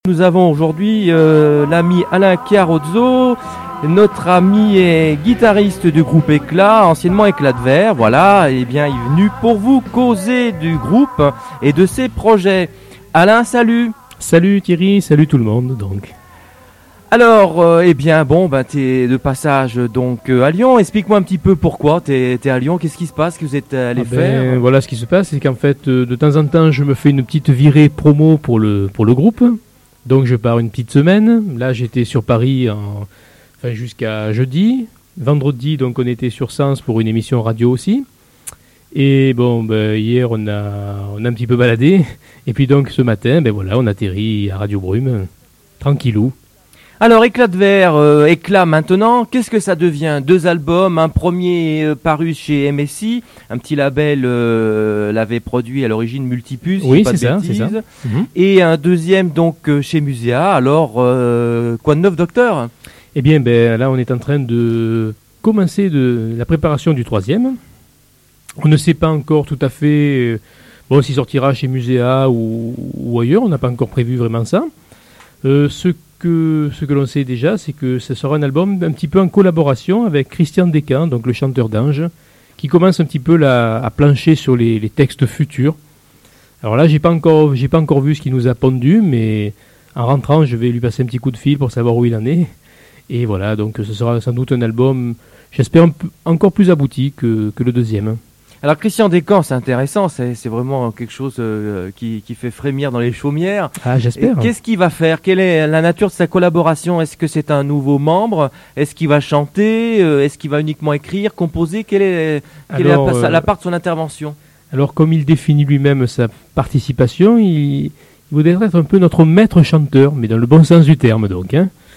Nous avons aujourd'hui l'ami Alain Chiarozzo, notre ami et guitariste du groupe Éclat, anciennement Éclat de Verre, voilà, et bien il est venu pour vous causer du groupe et de ses projets. Alain, salut. Salut Thierry, salut tout le monde donc. Alors, t'es de passage donc à Lyon. Explique-moi un petit peu pourquoi t'es à Lyon. Qu'est-ce qui se passe que vous êtes allé faire? Voilà, ce qui se passe, c'est qu'en fait, de temps en temps, je me fais une petite virée promo pour le groupe. Donc, je pars une petite semaine. Là, j'étais sur Paris jusqu'à jeudi. Vendredi, donc, on était sur Sens pour une émission radio aussi. Et hier, on a un petit peu baladé. Et puis donc, ce matin, on atterrit à Radio Brume, tranquillou. Alors, Éclat de Verre, Éclat maintenant, qu'est-ce que ça devient? 2 albums, un premier paru chez MSI, un petit label l'avait produit à l'origine Multipuce, oui, c'est ça. Et un deuxième donc chez Muséa. Alors, quoi de neuf, docteur? Eh bien, là, on est en train de commencer la préparation du troisième. On ne sait pas encore tout à fait s'il sortira chez Muséa ou ailleurs, on n'a pas encore prévu vraiment ça. Ce que l'on sait déjà, c'est que ce sera un album un petit peu en collaboration avec Christian Descamps, donc le chanteur d'Ange, qui commence un petit peu à plancher sur les textes futurs. Alors là, j'ai pas encore vu ce qu'il nous a pondu, mais en rentrant, je vais lui passer un petit coup de fil pour savoir où il en est. Et voilà, donc ce sera sans doute un album, j'espère, encore plus abouti que le deuxième. Alors Christian Descamps, c'est intéressant, c'est vraiment quelque chose qui fait frémir dans les chaumières. Ah, j'espère. Et qu'est-ce qu'il va faire? Quelle est la nature de sa collaboration? Est-ce que c'est un nouveau membre? Est-ce qu'il va chanter? Est-ce qu'il va uniquement écrire, composer? Quelle est la part de son intervention? Alors, comme il définit lui-même sa participation, il voudrait être un peu notre maître chanteur, mais dans le bon sens du terme donc.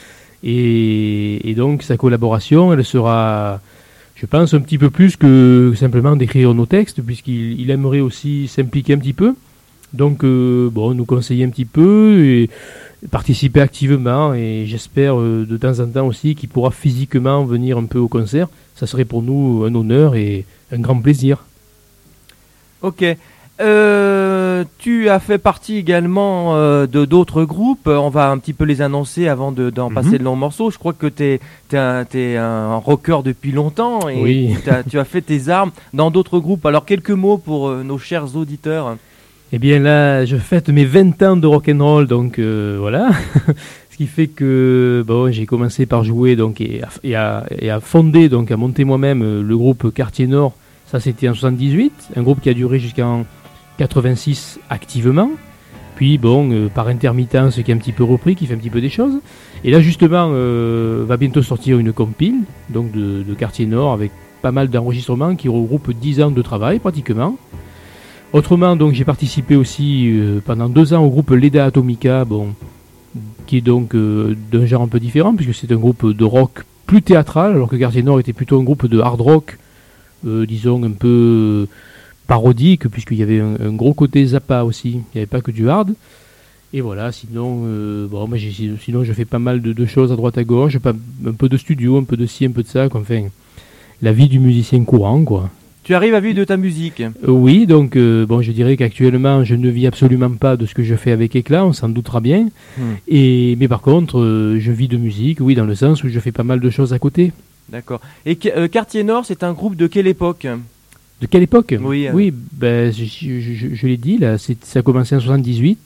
Et donc sa collaboration, elle sera... Je pense un petit peu plus que simplement d'écrire nos textes, puisqu'il aimerait aussi s'impliquer un petit peu. Donc, nous conseiller un petit peu et participer activement. Et j'espère de temps en temps aussi qu'il pourra physiquement venir un peu au concert. Ça serait pour nous un honneur et un grand plaisir. Ok. Tu as fait partie également de d'autres groupes. On va un petit peu les annoncer avant d'en passer de longs morceaux. Je crois que t'es un rocker depuis longtemps et oui. tu as fait tes armes dans d'autres groupes. Alors quelques mots pour nos chers auditeurs. Eh bien là, je fête mes 20 ans de rock'n'roll, donc voilà. Ce qui fait que j'ai commencé par jouer donc et à fonder, donc à monter moi-même le groupe Quartier Nord. Ça c'était en 78, un groupe qui a duré jusqu'en 86 activement, puis par intermittence qui est un petit peu repris, qui fait un petit peu des choses. Et là justement va bientôt sortir une compile donc de Quartier Nord avec pas mal d'enregistrements qui regroupent 10 ans de travail pratiquement. Autrement donc j'ai participé aussi pendant 2 ans au groupe Leda Atomica, qui est donc d'un genre un peu différent puisque c'est un groupe de rock plus théâtral, alors que Quartier Nord était plutôt un groupe de hard rock, disons un peu parodique, puisqu'il y avait un gros côté Zappa aussi, il n'y avait pas que du hard. Et voilà, sinon sinon je fais pas mal de choses à droite à gauche, un peu de studio, un peu de ci, un peu de ça, enfin la vie du musicien courant quoi. Tu arrives à vivre de ta musique? Oui, donc je dirais qu'actuellement je ne vis absolument pas de ce que je fais avec Éclat, on s'en doutera bien. Mais par contre je vis de musique, oui, dans le sens où je fais pas mal de choses à côté. D'accord. Et Quartier Nord, c'est un groupe de quelle époque? De quelle époque? Oui, je l'ai dit, là, ça a commencé en 78,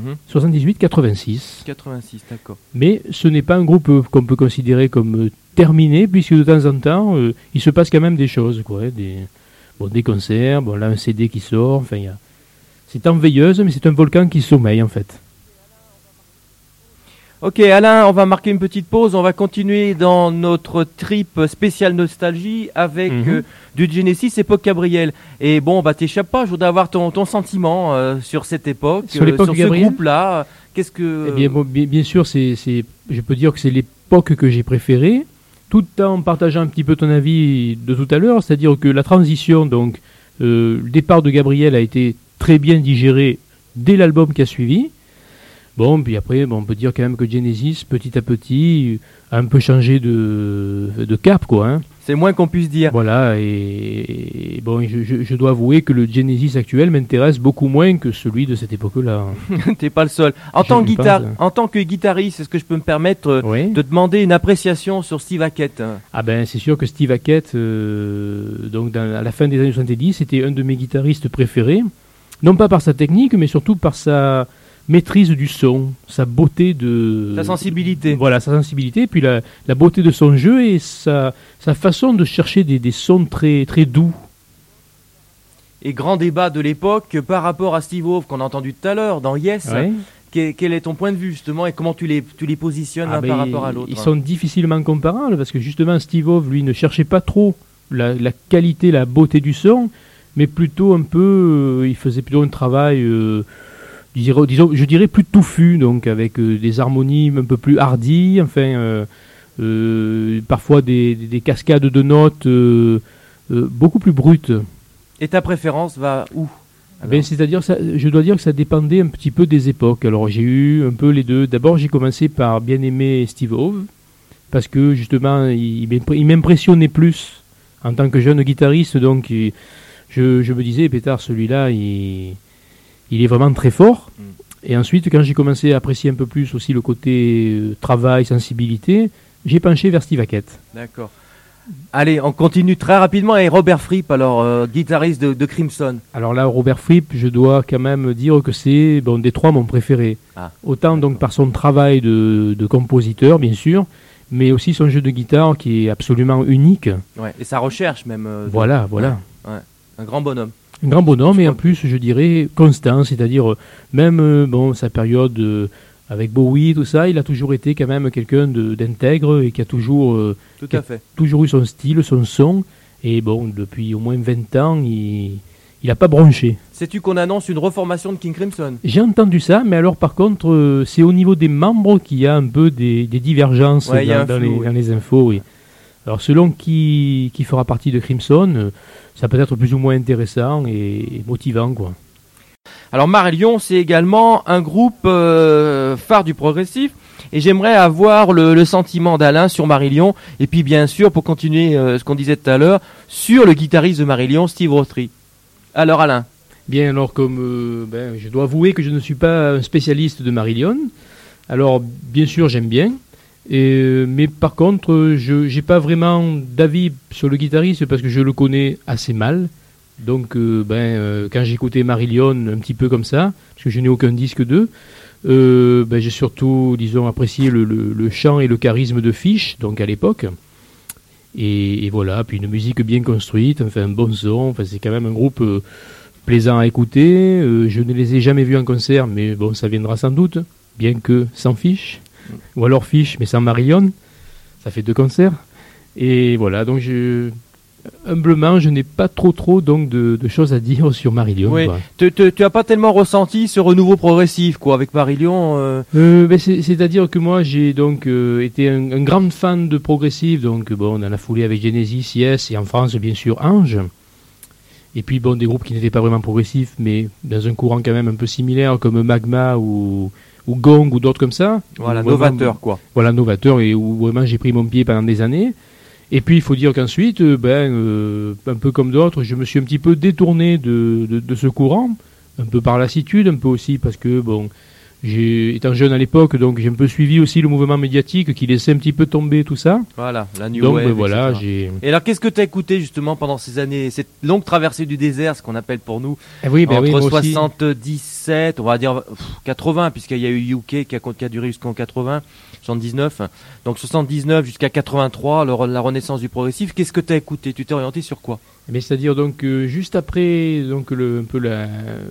86. 86, d'accord. Mais ce n'est pas un groupe qu'on peut considérer comme terminé, puisque de temps en temps, il se passe quand même des choses, quoi, des concerts, là un CD qui sort, enfin, c'est en veilleuse, mais c'est un volcan qui sommeille en fait. Ok Alain, on va marquer une petite pause, on va continuer dans notre trip spécial nostalgie avec du Genesis époque Gabriel. Et t'échappes pas, je voudrais avoir ton sentiment sur cette époque, sur ce groupe-là. Qu'est-ce que... Eh bien, bien sûr, je peux dire que c'est l'époque que j'ai préférée, tout en partageant un petit peu ton avis de tout à l'heure, c'est-à-dire que la transition, donc le départ de Gabriel a été très bien digéré dès l'album qui a suivi. Puis après, on peut dire quand même que Genesis, petit à petit, a un peu changé de cap, quoi. C'est moins qu'on puisse dire. Voilà, et bon, je dois avouer que le Genesis actuel m'intéresse beaucoup moins que celui de cette époque-là. T'es pas le seul. En tant que guitariste, est-ce que je peux me permettre de demander une appréciation sur Steve Hackett? Ah ben, c'est sûr que Steve Hackett, donc à la fin des années 70, c'était un de mes guitaristes préférés. Non pas par sa technique, mais surtout par sa maîtrise du son, sa beauté de... Sa sensibilité. Voilà, sa sensibilité, puis la beauté de son jeu et sa façon de chercher des sons très, très doux. Et grand débat de l'époque par rapport à Steve Howe qu'on a entendu tout à l'heure dans Yes. Ouais. Quel est ton point de vue justement et comment tu les positionnes l'un par rapport à l'autre? Ils sont difficilement comparables parce que justement Steve Howe, lui, ne cherchait pas trop la qualité, la beauté du son, mais plutôt un peu, il faisait plutôt un travail... disons, je dirais plus touffu, donc avec des harmonies un peu plus hardies, enfin, parfois des cascades de notes beaucoup plus brutes. Et ta préférence va où? C'est-à-dire, je dois dire que ça dépendait un petit peu des époques. Alors j'ai eu un peu les deux. D'abord, j'ai commencé par bien aimer Steve Howe, parce que justement, il m'impressionnait plus en tant que jeune guitariste, donc je me disais, pétard, celui-là, il est vraiment très fort. Et ensuite, quand j'ai commencé à apprécier un peu plus aussi le côté travail, sensibilité, j'ai penché vers Steve Hackett. D'accord. Allez, on continue très rapidement. Et Robert Fripp, alors guitariste de Crimson. Alors là, Robert Fripp, je dois quand même dire que c'est des trois mon préféré. Autant donc par son travail de compositeur, bien sûr, mais aussi son jeu de guitare qui est absolument unique. Ouais, et sa recherche même. Voilà. Ouais. Un grand bonhomme. Un grand bonhomme et en plus, je dirais, constant, c'est-à-dire même sa période avec Bowie, tout ça, il a toujours été quand même quelqu'un d'intègre et qui a toujours eu son style, son son. Et bon, depuis au moins 20 ans, il n'a pas bronché. Sais-tu qu'on annonce une reformation de King Crimson? J'ai entendu ça, mais alors par contre, c'est au niveau des membres qu'il y a un peu des divergences dans les infos. Oui. Alors selon qui fera partie de Crimson, ça peut être plus ou moins intéressant et motivant, quoi. Alors Marillion, c'est également un groupe phare du progressif, et j'aimerais avoir le sentiment d'Alain sur Marillion, et puis bien sûr, pour continuer ce qu'on disait tout à l'heure, sur le guitariste de Marillion, Steve Rothery. Alors Alain? Bien, alors comme je dois avouer que je ne suis pas un spécialiste de Marillion, alors bien sûr j'aime bien, mais par contre je n'ai pas vraiment d'avis sur le guitariste parce que je le connais assez mal. Donc quand j'écoutais Marillion un petit peu comme ça, parce que je n'ai aucun disque d'eux, j'ai surtout, disons, apprécié le chant et le charisme de Fish, donc à l'époque. Et voilà, puis une musique bien construite, enfin un bon son, enfin c'est quand même un groupe plaisant à écouter. Je ne les ai jamais vus en concert, mais bon, ça viendra sans doute, bien que sans Fish, ou alors Fish mais sans Marillion, ça fait 2 concerts. Et voilà, donc humblement, je n'ai pas trop donc de choses à dire sur Marillion. Oui. Tu n'as pas tellement ressenti ce renouveau progressif avec Marillion C'est-à-dire que moi j'ai donc été un grand fan de progressif, donc dans la foulée avec Genesis, Yes, et en France bien sûr Ange. Et puis des groupes qui n'étaient pas vraiment progressifs, mais dans un courant quand même un peu similaire comme Magma ou Gong ou d'autres comme ça. Voilà, novateur quoi. Voilà, novateur, et où vraiment j'ai pris mon pied pendant des années. Et puis il faut dire qu'ensuite, un peu comme d'autres, je me suis un petit peu détourné de ce courant, un peu par lassitude, un peu aussi parce que étant jeune à l'époque, donc j'ai un peu suivi aussi le mouvement médiatique qui laissait un petit peu tomber tout ça. Voilà, la New Wave. Voilà, Et alors qu'est-ce que tu as écouté justement pendant ces années, cette longue traversée du désert, ce qu'on appelle pour nous, entre 77, on va dire 80, puisqu'il y a eu UK qui a duré jusqu'en 80. 79, donc 79 jusqu'à 83, la renaissance du progressif. Qu'est-ce que tu as écouté? Tu t'es orienté sur quoi? C'est-à-dire donc juste après donc un peu la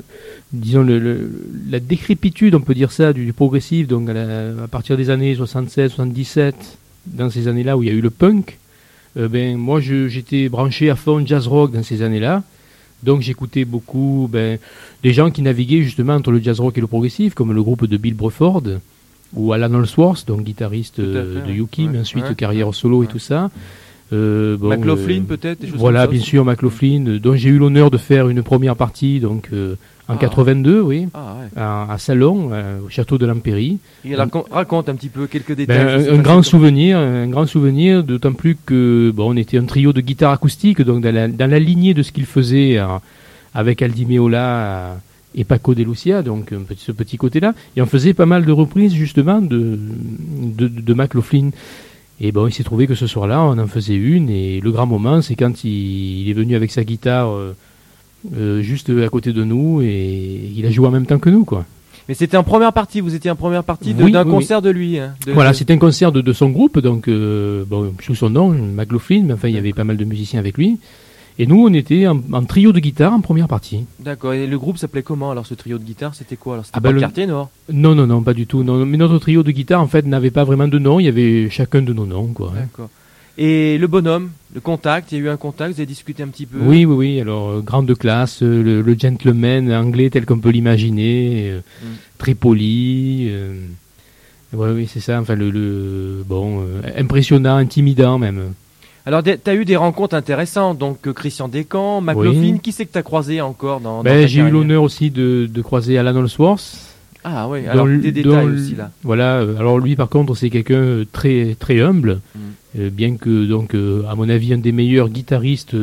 décrépitude, on peut dire ça, du progressif, donc à partir des années 67, 77, dans ces années-là où il y a eu le punk, moi j'étais branché à fond jazz rock dans ces années-là. Donc j'écoutais beaucoup des gens qui naviguaient justement entre le jazz rock et le progressif, comme le groupe de Bill Bruford ou Alan Allsworth, donc guitariste de Yuki, mais ensuite carrière solo et tout ça. McLaughlin peut-être, des choses voilà, comme ça, bien sûr, McLaughlin, dont j'ai eu l'honneur de faire une première partie donc en 82, oui, à Salon, au château de l'Empéry. Et raconte un petit peu quelques détails. Un grand souvenir, d'autant plus que on était un trio de guitare acoustique, donc dans la lignée de ce qu'il faisait avec Aldi Meola et Paco de Lucia, donc ce petit côté-là, et on faisait pas mal de reprises justement de McLaughlin. Et il s'est trouvé que ce soir-là, on en faisait une, et le grand moment, c'est quand il est venu avec sa guitare juste à côté de nous, et il a joué en même temps que nous, quoi. Mais c'était en première partie, vous étiez en première partie d'un concert de lui. Hein, c'était un concert de son groupe, donc sous son nom, McLaughlin, mais enfin il y avait pas mal de musiciens avec lui. Et nous, on était en trio de guitare en première partie. D'accord. Et le groupe s'appelait comment alors, ce trio de guitare? C'était quoi alors? C'était pas le Quartier Nord? Non, pas du tout. Non, mais notre trio de guitare, en fait, n'avait pas vraiment de nom. Il y avait chacun de nos noms, quoi. D'accord. Et le bonhomme, le contact, il y a eu un contact, vous avez discuté un petit peu? Oui. Alors, grande classe, le gentleman anglais tel qu'on peut l'imaginer, très poli. Oui, c'est ça. Enfin, impressionnant, intimidant même. Alors, tu as eu des rencontres intéressantes, donc Christian Descamps, McLaughlin, qui c'est que tu as croisé encore dans ta j'ai eu l'honneur aussi de croiser Alan Holdsworth. Ah oui, alors des détails aussi là. Voilà, alors lui par contre c'est quelqu'un très très humble, bien que donc à mon avis un des meilleurs guitaristes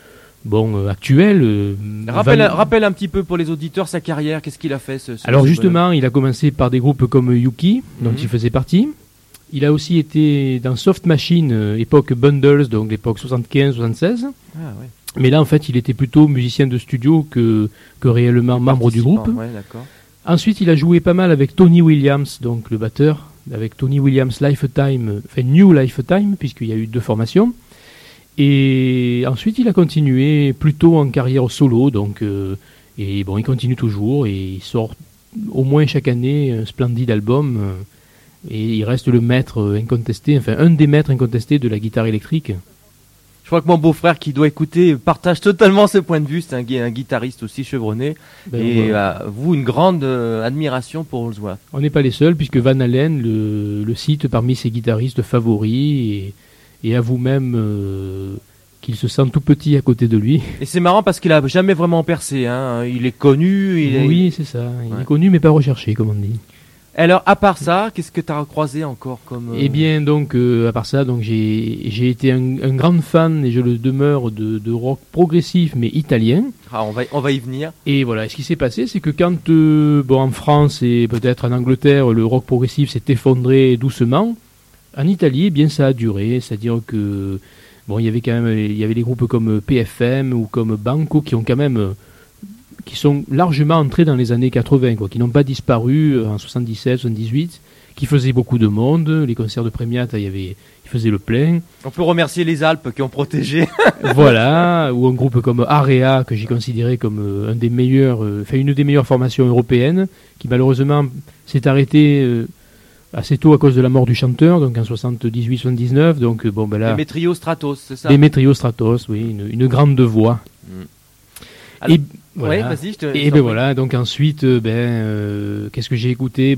actuels. Rappelle un petit peu pour les auditeurs sa carrière, qu'est-ce qu'il a fait Alors justement, il a commencé par des groupes comme Yuki, dont il faisait partie. Il a aussi été dans Soft Machine, époque Bundles, donc l'époque 75-76. Ah, ouais. Mais là, en fait, il était plutôt musicien de studio que réellement membre du groupe. Ouais, d'accord. Ensuite, il a joué pas mal avec Tony Williams, donc le batteur, avec Tony Williams New Lifetime, puisqu'il y a eu 2 formations. Et ensuite, il a continué plutôt en carrière solo, donc il continue toujours et il sort au moins chaque année un splendide album. Et il reste le maître incontesté, enfin un des maîtres incontestés de la guitare électrique. Je crois que mon beau-frère qui doit écouter partage totalement ce point de vue. C'est un guitariste aussi chevronné. Vous, une grande admiration pour Holdsworth. On n'est pas les seuls, puisque Van Halen le cite parmi ses guitaristes favoris et avoue même qu'il se sent tout petit à côté de lui. Et c'est marrant parce qu'il a jamais vraiment percé. Hein. Il est connu. Oui, c'est ça. Il est connu mais pas recherché, comme on dit. Alors, à part ça, qu'est-ce que tu as croisé encore comme... Eh bien, donc, à part ça, donc, j'ai été un grand fan, et je le demeure, de rock progressif, mais italien. Ah, on va y venir. Et voilà, ce qui s'est passé, c'est que quand, en France et peut-être en Angleterre, le rock progressif s'est effondré doucement, en Italie, eh bien, ça a duré. C'est-à-dire que, il y avait des groupes comme PFM ou comme Banco qui ont quand même... qui sont largement entrés dans les années 80, qui n'ont pas disparu en 77, 78, qui faisaient beaucoup de monde. Les concerts de Premiat, ils faisaient le plein. On peut remercier les Alpes qui ont protégé. Voilà, ou un groupe comme Area, que j'ai considéré comme une des meilleures formations européennes, qui malheureusement s'est arrêtée assez tôt à cause de la mort du chanteur, donc en 78-79. Donc, là... Demetrio Stratos, c'est ça? Demetrio Stratos, oui, une grande voix. Alors, et voilà. Ouais, vas-y, voilà, donc ensuite, qu'est-ce que j'ai écouté?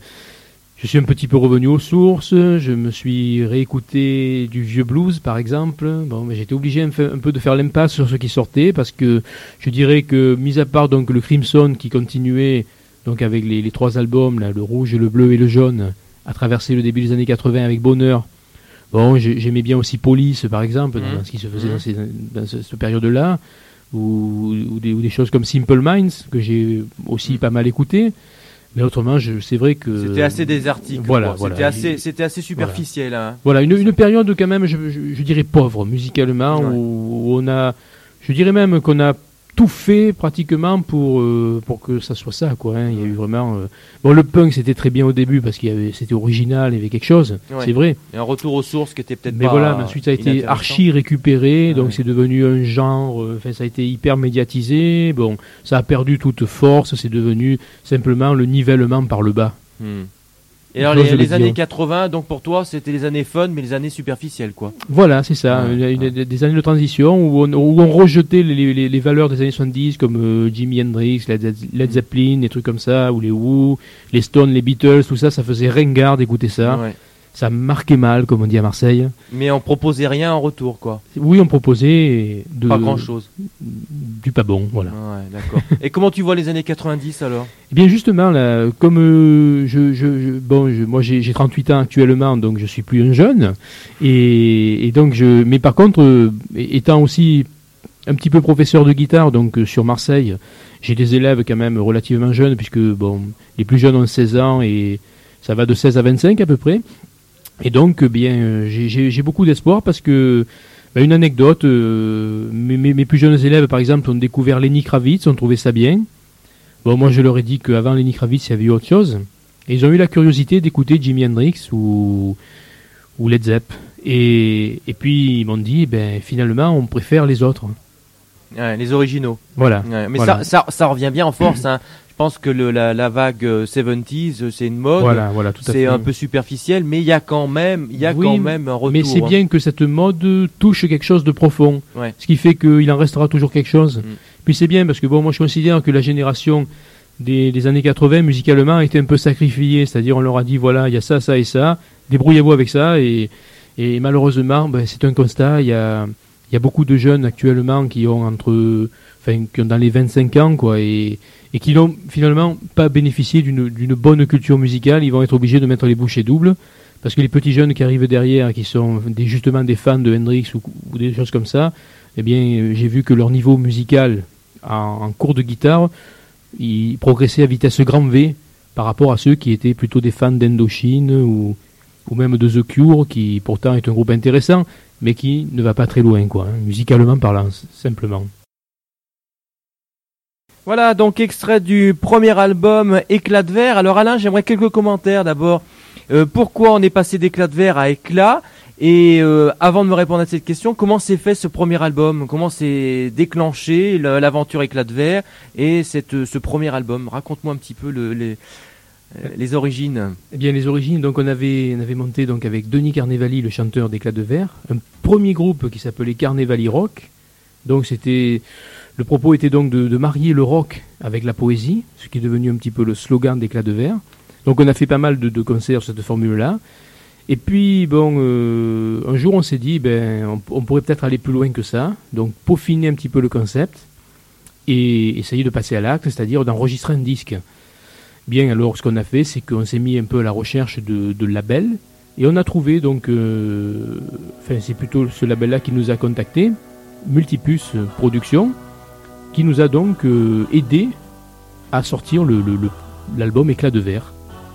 Je suis un petit peu revenu aux sources, je me suis réécouté du vieux blues, par exemple. J'étais obligé un peu de faire l'impasse sur ce qui sortait, parce que je dirais que, mis à part donc le Crimson qui continuait, donc avec les 3 albums, là, le rouge, le bleu et le jaune, à traverser le début des années 80 avec bonheur. J'aimais bien aussi Police, par exemple, dans ce qui se faisait dans cette période-là. Ou des choses comme Simple Minds, que j'ai aussi pas mal écouté. Mais autrement, c'est vrai que... C'était assez désertique. Voilà. C'était assez superficiel. Voilà, hein. Voilà une période quand même, je dirais pauvre, musicalement, où on a... Je dirais même qu'on a tout fait pratiquement pour que ça soit ça, quoi. Hein. Il y a eu vraiment... le punk, c'était très bien au début, parce c'était original, il y avait quelque chose, c'est vrai. Et un retour aux sources qui était peut-être pas... Mais voilà, ensuite ça a été archi récupéré, donc c'est devenu un genre, ça a été hyper médiatisé, ça a perdu toute force, c'est devenu simplement le nivellement par le bas. Et alors les années 80, donc pour toi, c'était les années fun, mais les années superficielles, quoi. Voilà, c'est ça, des années de transition où on rejetait les valeurs des années 70, comme Jimi Hendrix, Led Zeppelin, des trucs comme ça, ou les Who, les Stones, les Beatles, tout ça, ça faisait ringard d'écouter ça. Ouais. ça marquait mal, comme on dit à Marseille. Mais on proposait rien en retour, quoi. Oui, on proposait pas grand-chose. Du pas bon, voilà. Ouais, d'accord. Et comment tu vois les années 90 alors? Eh bien justement, là, comme moi j'ai 38 ans actuellement, donc je suis plus un jeune. Et donc mais par contre, étant aussi un petit peu professeur de guitare, donc sur Marseille, j'ai des élèves quand même relativement jeunes, puisque bon, les plus jeunes ont 16 ans et ça va de 16 à 25 à peu près. Et donc, bien, j'ai beaucoup d'espoir parce que, une anecdote, mes plus jeunes élèves, par exemple, ont découvert Lenny Kravitz, ont trouvé ça bien. Bon, moi, je leur ai dit qu'avant Lenny Kravitz, il y avait eu autre chose. Et ils ont eu la curiosité d'écouter Jimi Hendrix ou Led Zepp. Et puis, ils m'ont dit, finalement, on préfère les autres. Ouais, les originaux. Voilà. Ouais, mais voilà. Ça revient bien en force, hein. Je pense que la vague 70s, c'est une mode. Voilà, tout à fait. C'est un peu superficiel, mais il y a quand même un retour. Mais c'est bien que cette mode touche quelque chose de profond. Ouais. Ce qui fait qu'il en restera toujours quelque chose. Puis c'est bien parce que moi je considère que la génération des années 80 musicalement a été un peu sacrifiée. C'est-à-dire on leur a dit voilà, il y a ça, ça et ça, débrouillez-vous avec ça. Et malheureusement, c'est un constat. Il y a beaucoup de jeunes actuellement qui ont qui ont dans les 25 ans, quoi, et qui n'ont finalement pas bénéficié d'une bonne culture musicale. Ils vont être obligés de mettre les bouchées doubles, parce que les petits jeunes qui arrivent derrière, qui sont justement des fans de Hendrix ou des choses comme ça, eh bien, j'ai vu que leur niveau musical en cours de guitare, il progressait à vitesse grand V par rapport à ceux qui étaient plutôt des fans d'Indochine ou même de The Cure, qui pourtant est un groupe intéressant, mais qui ne va pas très loin, quoi, musicalement parlant, simplement. Voilà, donc extrait du premier album Éclat de verre. Alors Alain, j'aimerais quelques commentaires d'abord. Pourquoi on est passé d'Éclat de verre à Éclat? Et avant de me répondre à cette question, comment s'est fait ce premier album? Comment s'est déclenché l'aventure Éclat de verre et ce premier album? Raconte-moi un petit peu les origines. Eh bien, les origines, donc on avait monté donc avec Denis Carnevali, le chanteur d'Éclat de verre, un premier groupe qui s'appelait Carnevali Rock. Donc le propos était donc de marier le rock avec la poésie, ce qui est devenu un petit peu le slogan d'Éclat de verre. Donc on a fait pas mal de concerts sur cette formule-là. Et puis un jour on s'est dit on pourrait peut-être aller plus loin que ça, donc peaufiner un petit peu le concept et essayer de passer à l'acte, c'est-à-dire d'enregistrer un disque. Bien, alors ce qu'on a fait, c'est qu'on s'est mis un peu à la recherche de labels et on a trouvé donc, c'est plutôt ce label-là qui nous a contactés, Multipus Productions, qui nous a donc aidé à sortir l'album Éclat de verre.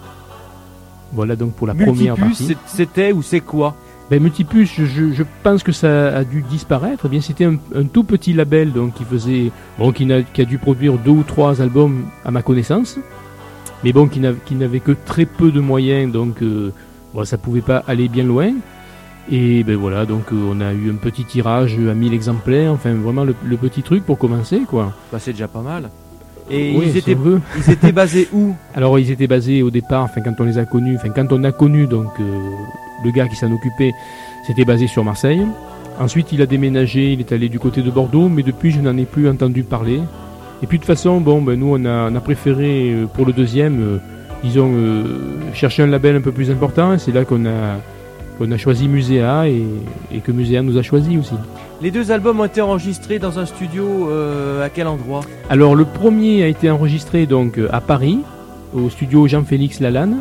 Voilà donc pour la première partie. Multipus, c'était ou c'est quoi? Multipus, je pense que ça a dû disparaître. Eh bien, c'était un tout petit label donc qui a dû produire 2 ou 3 albums à ma connaissance, mais qui n'avait que très peu de moyens, donc ça pouvait pas aller bien loin. Et voilà, donc on a eu un petit tirage à 1000 exemplaires, enfin vraiment le petit truc pour commencer, quoi. C'est déjà pas mal. Et oui, ils étaient basés où? Alors ils étaient basés au départ, quand on les a connus, quand on a connu donc le gars qui s'en occupait, c'était basé sur Marseille. Ensuite il a déménagé, il est allé du côté de Bordeaux, mais depuis je n'en ai plus entendu parler. Et puis de toute façon, nous on a préféré pour le deuxième, chercher un label un peu plus important, et c'est là qu'on a choisi Muséa et que Muséa nous a choisi aussi. Les 2 albums ont été enregistrés dans un studio à quel endroit? Alors le premier a été enregistré donc à Paris, au studio Jean-Félix Lalanne,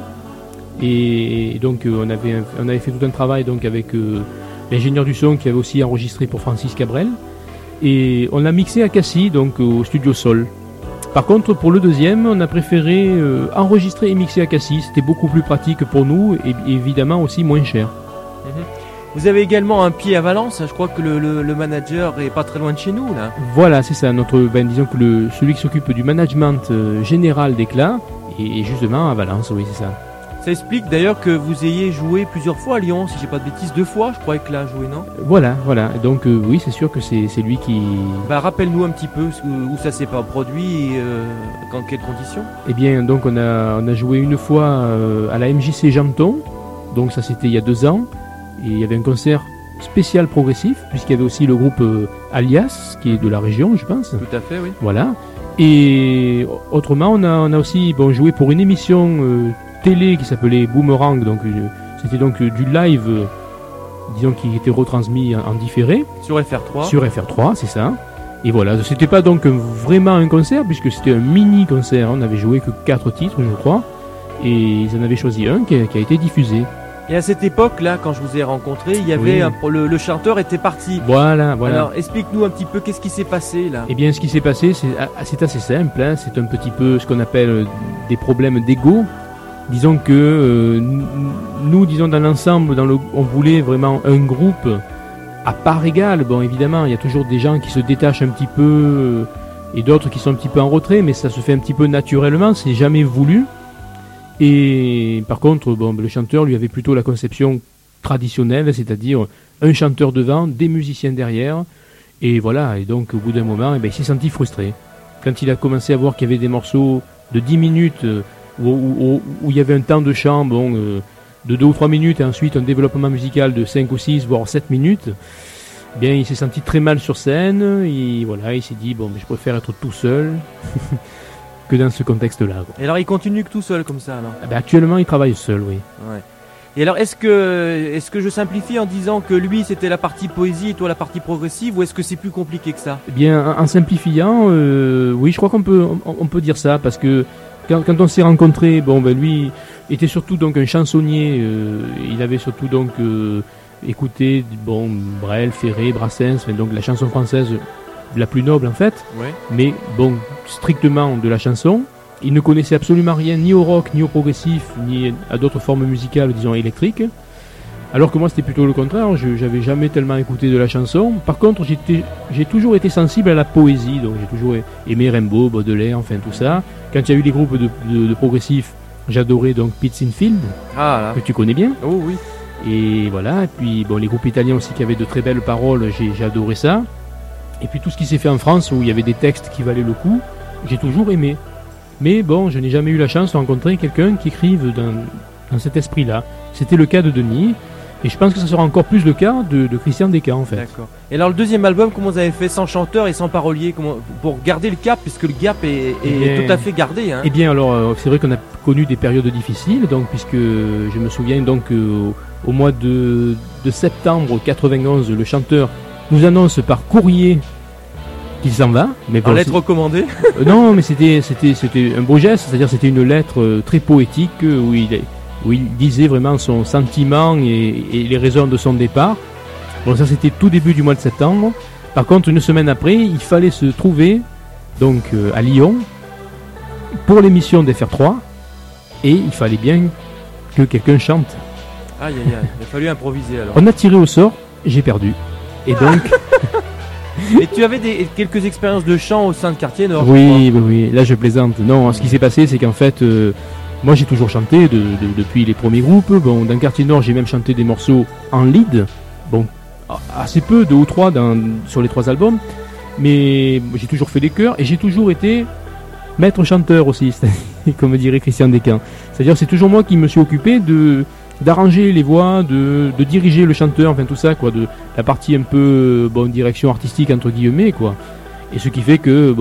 et donc on avait fait tout un travail donc avec l'ingénieur du son qui avait aussi enregistré pour Francis Cabrel, et on l'a mixé à Cassis, donc au studio Sol. Par contre, pour le deuxième, on a préféré enregistrer et mixer à Cassis. C'était beaucoup plus pratique pour nous et évidemment aussi moins cher. Vous avez également un pied à Valence. Je crois que le manager est pas très loin de chez nous, là. Voilà, c'est ça. Disons que celui qui s'occupe du management général d'Éclat est justement à Valence, oui, c'est ça. Ça explique d'ailleurs que vous ayez joué plusieurs fois à Lyon, si j'ai pas de bêtises, 2 fois, je crois, Éclat a joué, non? Voilà. Donc oui, c'est sûr que c'est lui qui... Rappelle-nous un petit peu où ça s'est pas produit et dans quelles conditions. Eh bien, donc on a joué une fois à la MJC Janton, donc ça c'était il y a 2 ans, et il y avait un concert spécial progressif, puisqu'il y avait aussi le groupe Alias, qui est de la région, je pense. Tout à fait, oui. Voilà. Et autrement, on a aussi joué pour une émission télé qui s'appelait Boomerang, donc C'était donc du live, disons, qui était retransmis en différé. Sur FR3. Sur FR3, c'est ça. Et voilà, c'était pas donc vraiment un concert, puisque c'était un mini-concert. On n'avait joué que 4 titres, je crois. Et ils en avaient choisi un qui a été diffusé. Et à cette époque-là, quand je vous ai rencontré, il y avait le chanteur était parti. Voilà. Alors, explique-nous un petit peu qu'est-ce qui s'est passé là. Eh bien, ce qui s'est passé, c'est assez simple. Hein. C'est un petit peu ce qu'on appelle des problèmes d'ego. Disons que nous, disons dans l'ensemble, on voulait vraiment un groupe à part égale. Bon, évidemment, il y a toujours des gens qui se détachent un petit peu et d'autres qui sont un petit peu en retrait, mais ça se fait un petit peu naturellement. C'est jamais voulu. Et par contre, le chanteur lui avait plutôt la conception traditionnelle, c'est-à-dire un chanteur devant, des musiciens derrière, et voilà. Et donc, au bout d'un moment, il s'est senti frustré. Quand il a commencé à voir qu'il y avait des morceaux de 10 minutes où il y avait un temps de chant, de 2 ou 3 minutes, et ensuite un développement musical de 5 ou 6, voire 7 minutes, il s'est senti très mal sur scène, et voilà, il s'est dit, je préfère être tout seul. Que dans ce contexte-là. Et alors il continue que tout seul comme ça alors actuellement il travaille seul, oui. Ouais. Et alors est-ce que je simplifie en disant que lui c'était la partie poésie et toi la partie progressive, ou est-ce que c'est plus compliqué que ça? Eh bien en simplifiant, oui, je crois qu'on peut dire ça, parce que quand on s'est rencontrés, lui était surtout donc un chansonnier, il avait surtout donc écouté Brel, Ferré, Brassens, donc la chanson française la plus noble en fait, mais strictement de la chanson. Il ne connaissait absolument rien ni au rock, ni au progressif, ni à d'autres formes musicales, disons électriques. Alors que moi c'était plutôt le contraire, j'avais jamais tellement écouté de la chanson. Par contre j'ai toujours été sensible à la poésie, donc j'ai toujours aimé Rimbaud, Baudelaire, enfin tout ça. Quand il y a eu les groupes de progressifs, j'adorais donc Pete Sinfield, que tu connais bien. Oh oui. Et voilà, et puis les groupes italiens aussi qui avaient de très belles paroles, j'ai adoré ça. Et puis tout ce qui s'est fait en France, où il y avait des textes qui valaient le coup, j'ai toujours aimé. Mais je n'ai jamais eu la chance de rencontrer quelqu'un qui écrive dans cet esprit-là. C'était le cas de Denis, et je pense que ça sera encore plus le cas de Christian Descamps en fait. D'accord. Et alors le deuxième album, comment vous avez fait, sans chanteur et sans parolier, pour garder le cap, puisque le gap est tout à fait gardé hein. Eh bien alors, c'est vrai qu'on a connu des périodes difficiles, donc puisque je me souviens donc au mois de septembre 91, le chanteur nous annonce par courrier qu'il s'en va. Mais en lettre recommandée. Non, mais c'était un beau geste, c'est-à-dire c'était une lettre très poétique où il disait vraiment son sentiment et les raisons de son départ. Ça c'était tout début du mois de septembre. Par contre, une semaine après, il fallait se trouver donc à Lyon pour l'émission d'FR3, et il fallait bien que quelqu'un chante. Aïe aïe aïe, il a fallu improviser alors. On a tiré au sort, j'ai perdu. Et donc. Et tu avais quelques expériences de chant au sein de Quartier Nord? Oui, là je plaisante. Non, ce qui s'est passé, c'est qu'en fait, moi j'ai toujours chanté depuis les premiers groupes. Dans Quartier Nord, j'ai même chanté des morceaux en lead. Assez peu, 2 ou 3 sur les 3 albums. Mais j'ai toujours fait des chœurs, et j'ai toujours été maître chanteur aussi, comme dirait Christian Descamps. C'est-à-dire, c'est toujours moi qui me suis occupé d'arranger les voix, de diriger le chanteur, enfin tout ça, quoi, de la partie un peu direction artistique entre guillemets, quoi. Et ce qui fait que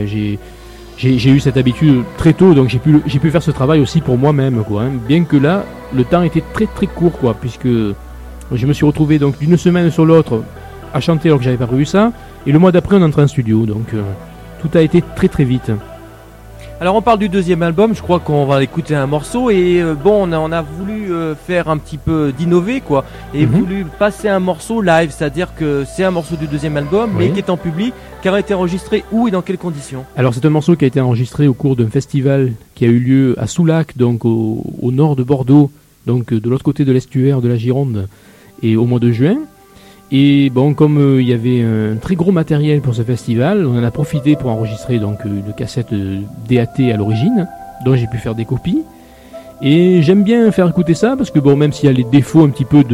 j'ai eu cette habitude très tôt, donc j'ai pu faire ce travail aussi pour moi-même, quoi. Hein. Bien que là, le temps était très très court, quoi, puisque je me suis retrouvé donc d'une semaine sur l'autre à chanter alors que j'avais pas prévu ça, et le mois d'après on entrait en studio, donc tout a été très très vite. Alors on parle du deuxième album, je crois qu'on va écouter un morceau, et on a voulu faire un petit peu d'innover, quoi, et voulu passer un morceau live, c'est-à-dire que c'est un morceau du deuxième album, mais qui est en public, qui a été enregistré où et dans quelles conditions? Alors c'est un morceau qui a été enregistré au cours d'un festival qui a eu lieu à Soulac, donc au nord de Bordeaux, donc de l'autre côté de l'estuaire de la Gironde, et au mois de juin. Et comme il y avait un très gros matériel pour ce festival, on en a profité pour enregistrer donc une cassette DAT à l'origine, dont j'ai pu faire des copies. Et j'aime bien faire écouter ça, parce que même s'il y a les défauts un petit peu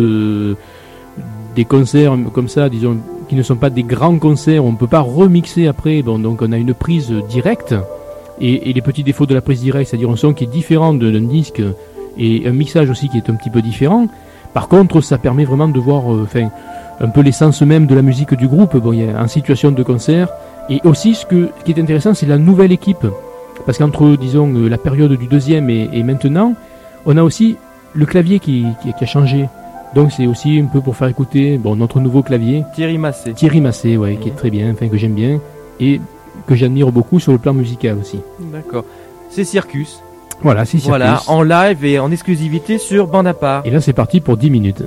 des concerts comme ça, disons, qui ne sont pas des grands concerts, on ne peut pas remixer après, donc on a une prise directe, et les petits défauts de la prise directe, c'est-à-dire un son qui est différent d'un disque, et un mixage aussi qui est un petit peu différent. Par contre, ça permet vraiment de voir un peu l'essence même de la musique du groupe, il y a en situation de concert. Et aussi ce qui est intéressant, c'est la nouvelle équipe, parce qu'entre disons la période du deuxième et maintenant, on a aussi le clavier qui a changé. Donc c'est aussi un peu pour faire écouter notre nouveau clavier. Thierry Massé. Thierry Massé, ouais, qui est très bien, enfin que j'aime bien et que j'admire beaucoup sur le plan musical aussi. D'accord. C'est Circus. Voilà, c'est Circus. Voilà, en live et en exclusivité sur Bande à part. Et là c'est parti pour 10 minutes.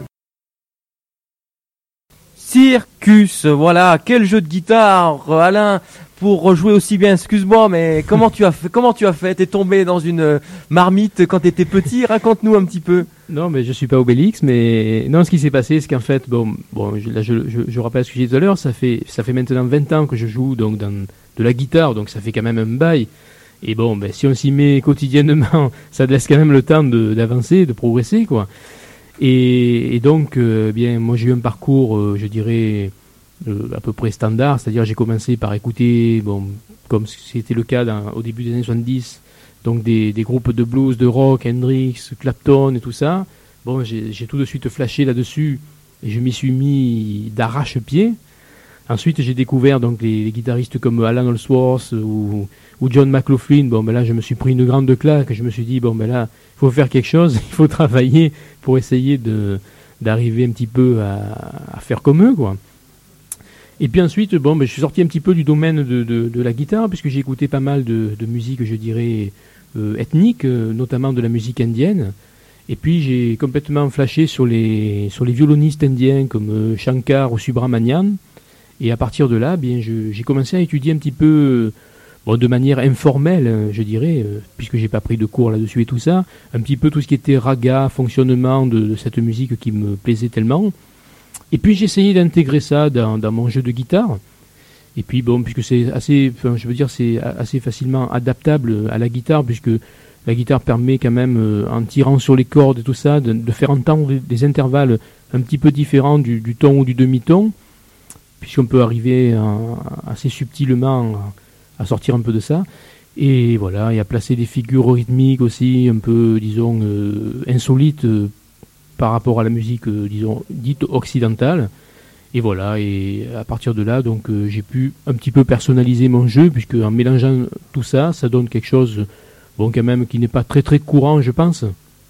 Circus, voilà, quel jeu de guitare, Alain, pour jouer aussi bien. Excuse-moi, mais comment tu as fait T'es tombé dans une marmite quand t'étais petit? Raconte-nous un petit peu. Non, mais je suis pas Obélix, mais non, ce qui s'est passé, c'est qu'en fait, je rappelle ce que j'ai dit tout à l'heure, ça fait maintenant 20 ans que je joue donc de la guitare, donc ça fait quand même un bail. Et si on s'y met quotidiennement, ça te laisse quand même le temps d'avancer, de progresser, quoi. Et donc, moi j'ai eu un parcours, je dirais, à peu près standard, c'est-à-dire j'ai commencé par écouter, comme c'était le cas au début des années 70, donc des groupes de blues, de rock, Hendrix, Clapton et tout ça. J'ai tout de suite flashé là-dessus et je m'y suis mis d'arrache-pied. Ensuite, j'ai découvert donc les guitaristes comme Alan Holdsworth ou John McLaughlin. Là, je me suis pris une grande claque. Je me suis dit, là, il faut faire quelque chose, il faut travailler pour essayer d'arriver un petit peu à faire comme eux, quoi. Et puis ensuite, je suis sorti un petit peu du domaine de la guitare, puisque j'ai écouté pas mal de musique, je dirais, ethnique, notamment de la musique indienne. Et puis j'ai complètement flashé sur les violonistes indiens comme Shankar ou Subramanian. Et à partir de là, j'ai commencé à étudier un petit peu, de manière informelle, je dirais, puisque j'ai pas pris de cours là-dessus et tout ça, un petit peu tout ce qui était raga, fonctionnement de cette musique qui me plaisait tellement. Et puis j'ai essayé d'intégrer ça dans mon jeu de guitare. Et puis puisque c'est c'est assez facilement adaptable à la guitare, puisque la guitare permet quand même, en tirant sur les cordes et tout ça, de faire entendre des intervalles un petit peu différents du ton ou du demi-ton, puisqu'on peut arriver assez subtilement à sortir un peu de ça. Et voilà, et à placer des figures rythmiques aussi, un peu, disons, insolites par rapport à la musique, disons, dite occidentale. Et voilà, et à partir de là, donc, j'ai pu un petit peu personnaliser mon jeu, puisque en mélangeant tout ça, ça donne quelque chose, quand même, qui n'est pas très très courant, je pense.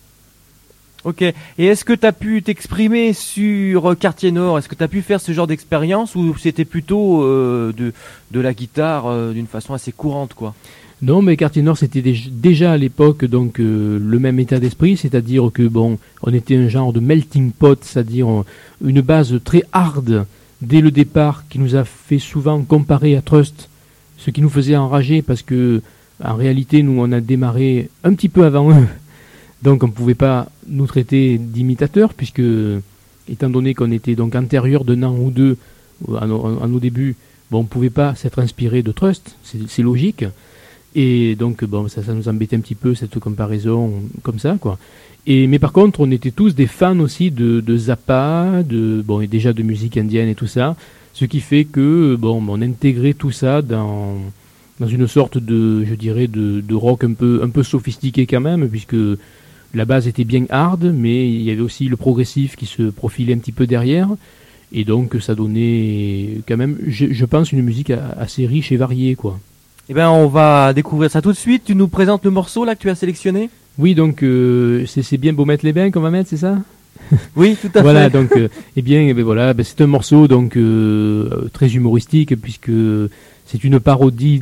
Ok, et est-ce que tu as pu t'exprimer sur Quartier Nord? Est-ce que tu as pu faire ce genre d'expérience, ou c'était plutôt de la guitare d'une façon assez courante, quoi? Non, mais Quartier Nord, c'était déjà à l'époque donc le même état d'esprit, c'est-à-dire que on était un genre de melting pot, c'est-à-dire une base très hard dès le départ, qui nous a fait souvent comparer à Trust, ce qui nous faisait enrager parce que en réalité, nous on a démarré un petit peu avant eux. Donc on ne pouvait pas nous traiter d'imitateurs, puisque, étant donné qu'on était donc antérieur d'un an ou deux à nos débuts, on ne pouvait pas s'être inspiré de Trust, c'est logique. Et donc ça nous embêtait un petit peu, cette comparaison comme ça, quoi. Mais par contre, on était tous des fans aussi de Zappa, et déjà de musique indienne et tout ça, ce qui fait que on intégrait tout ça dans une sorte de, je dirais, de rock un peu sophistiqué quand même, puisque la base était bien hard, mais il y avait aussi le progressif qui se profilait un petit peu derrière, et donc ça donnait quand même, je pense, une musique assez riche et variée, quoi. Eh bien, on va découvrir ça tout de suite. Tu nous présentes le morceau là que tu as sélectionné? Oui, donc c'est bien Beau mettre les bains qu'on va mettre, c'est ça? Oui, tout à voilà, fait. Donc, c'est un morceau donc très humoristique, puisque c'est une parodie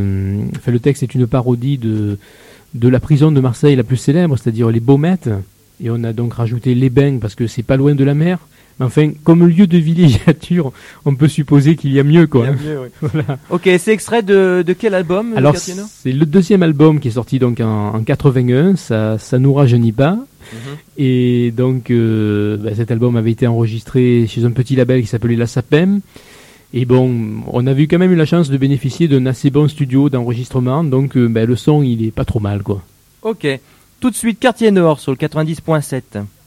le texte est une parodie de la prison de Marseille la plus célèbre, c'est-à-dire les Baumettes, et on a donc rajouté les bains parce que c'est pas loin de la mer. Mais enfin, comme lieu de villégiature, on peut supposer qu'il y a mieux, quoi. Il y a mieux, oui. Voilà. Ok, c'est extrait de quel album? Alors, c'est le deuxième album qui est sorti donc en 81, ça nous rajeunit pas. Mm-hmm. Et donc, cet album avait été enregistré chez un petit label qui s'appelait La Sapem. Et on avait quand même eu la chance de bénéficier d'un assez bon studio d'enregistrement, donc le son, il est pas trop mal, quoi. Ok, tout de suite Quartier Nord sur le 90.7.